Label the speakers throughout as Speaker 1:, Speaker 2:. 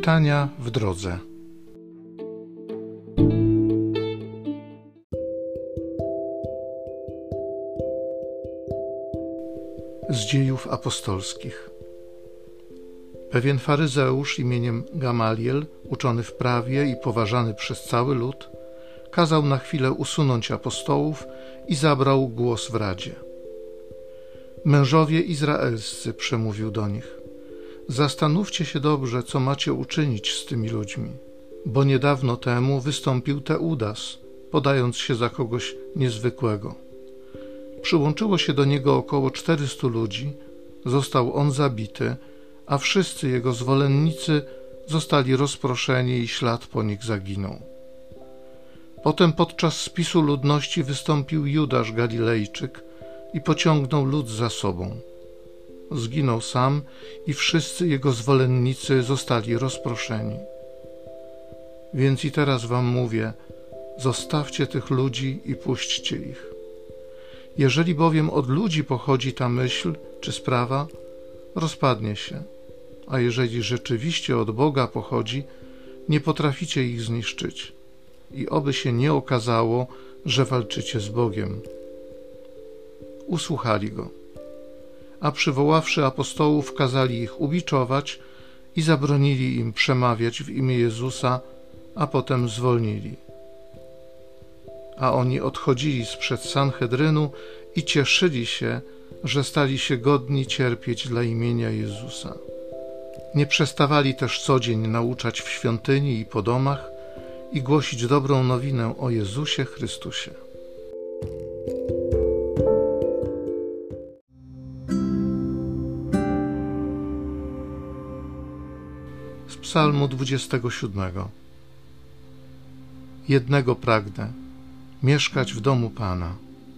Speaker 1: Czytania w drodze. Z Dziejów Apostolskich. Pewien faryzeusz imieniem Gamaliel, uczony w prawie i poważany przez cały lud, kazał na chwilę usunąć apostołów i zabrał głos w radzie. Mężowie izraelscy, przemówił do nich, zastanówcie się dobrze, co macie uczynić z tymi ludźmi, bo niedawno temu wystąpił Teudas, podając się za kogoś niezwykłego. Przyłączyło się do niego około 400 ludzi, został on zabity, a wszyscy jego zwolennicy zostali rozproszeni i ślad po nich zaginął. Potem podczas spisu ludności wystąpił Judasz Galilejczyk i pociągnął lud za sobą. Zginął sam i wszyscy jego zwolennicy zostali rozproszeni. Więc i teraz wam mówię, zostawcie tych ludzi i puśćcie ich. Jeżeli bowiem od ludzi pochodzi ta myśl czy sprawa, rozpadnie się, a jeżeli rzeczywiście od Boga pochodzi, nie potraficie ich zniszczyć i oby się nie okazało, że walczycie z Bogiem. Usłuchali go, a przywoławszy apostołów, kazali ich ubiczować i zabronili im przemawiać w imię Jezusa, a potem zwolnili. A oni odchodzili sprzed Sanhedrynu i cieszyli się, że stali się godni cierpieć dla imienia Jezusa. Nie przestawali też co dzień nauczać w świątyni i po domach i głosić dobrą nowinę o Jezusie Chrystusie. Z Psalmu 27. Jednego pragnę, mieszkać w domu Pana.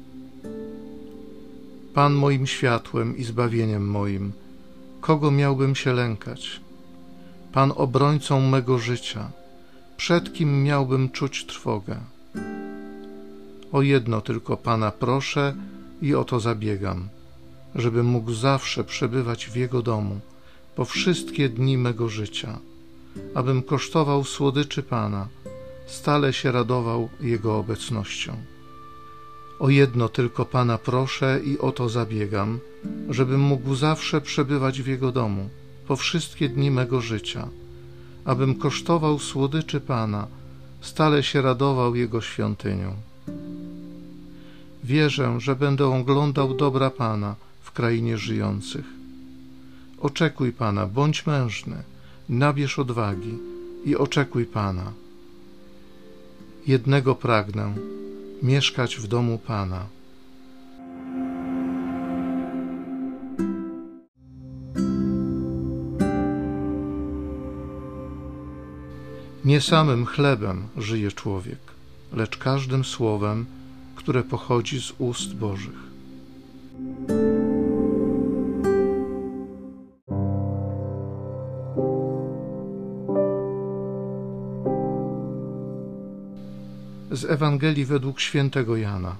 Speaker 1: Pan moim światłem i zbawieniem moim, kogo miałbym się lękać? Pan obrońcą mego życia, przed kim miałbym czuć trwogę? O jedno tylko Pana proszę i o to zabiegam, żebym mógł zawsze przebywać w Jego domu po wszystkie dni mego życia, abym kosztował słodyczy Pana, stale się radował Jego obecnością. O jedno tylko Pana proszę i o to zabiegam, żebym mógł zawsze przebywać w Jego domu po wszystkie dni mego życia, abym kosztował słodyczy Pana, stale się radował Jego świątynią. Wierzę, że będę oglądał dobra Pana w krainie żyjących. Oczekuj Pana, bądź mężny, nabierz odwagi i oczekuj Pana. Jednego pragnę, mieszkać w domu Pana. Nie samym chlebem żyje człowiek, lecz każdym słowem, które pochodzi z ust Bożych. Z Ewangelii według świętego Jana.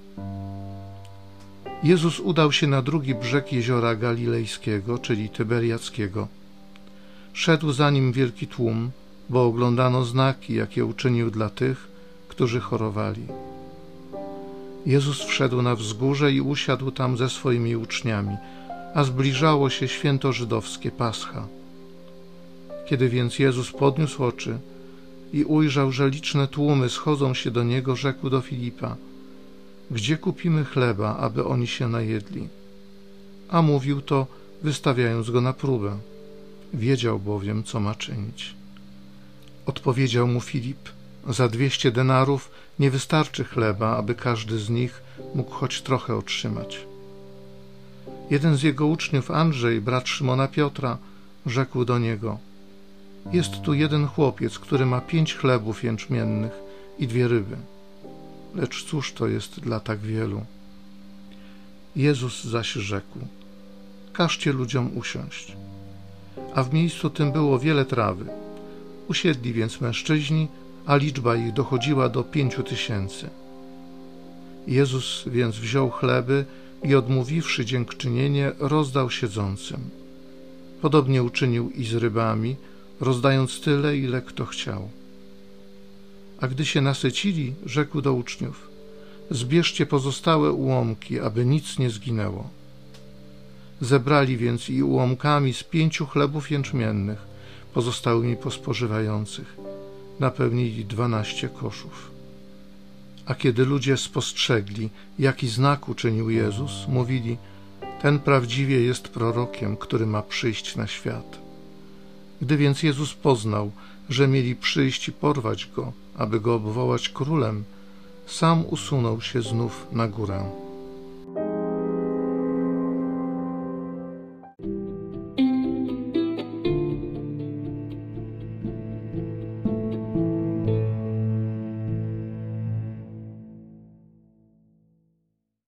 Speaker 1: Jezus udał się na drugi brzeg jeziora galilejskiego, czyli Tyberiackiego. Szedł za nim wielki tłum, bo oglądano znaki, jakie uczynił dla tych, którzy chorowali. Jezus wszedł na wzgórze i usiadł tam ze swoimi uczniami, a zbliżało się święto żydowskie Pascha. Kiedy więc Jezus podniósł oczy i ujrzał, że liczne tłumy schodzą się do Niego, rzekł do Filipa: gdzie kupimy chleba, aby oni się najedli? A mówił to, wystawiając go na próbę. Wiedział bowiem, co ma czynić. Odpowiedział mu Filip: za 200 denarów nie wystarczy chleba, aby każdy z nich mógł choć trochę otrzymać. Jeden z jego uczniów, Andrzej, brat Szymona Piotra, rzekł do niego: jest tu jeden chłopiec, który ma 5 chlebów jęczmiennych i 2 ryby. Lecz cóż to jest dla tak wielu? Jezus zaś rzekł: każcie ludziom usiąść. A w miejscu tym było wiele trawy. Usiedli więc mężczyźni, a liczba ich dochodziła do 5000. Jezus więc wziął chleby i odmówiwszy dziękczynienie, rozdał siedzącym. Podobnie uczynił i z rybami, rozdając tyle, ile kto chciał. A gdy się nasycili, rzekł do uczniów: zbierzcie pozostałe ułomki, aby nic nie zginęło. Zebrali więc i ułomkami z 5 chlebów jęczmiennych, pozostałymi po spożywających, napełnili 12 koszów. A kiedy ludzie spostrzegli, jaki znak uczynił Jezus, mówili: ten prawdziwie jest prorokiem, który ma przyjść na świat. Gdy więc Jezus poznał, że mieli przyjść i porwać go, aby go obwołać królem, sam usunął się znów na górę.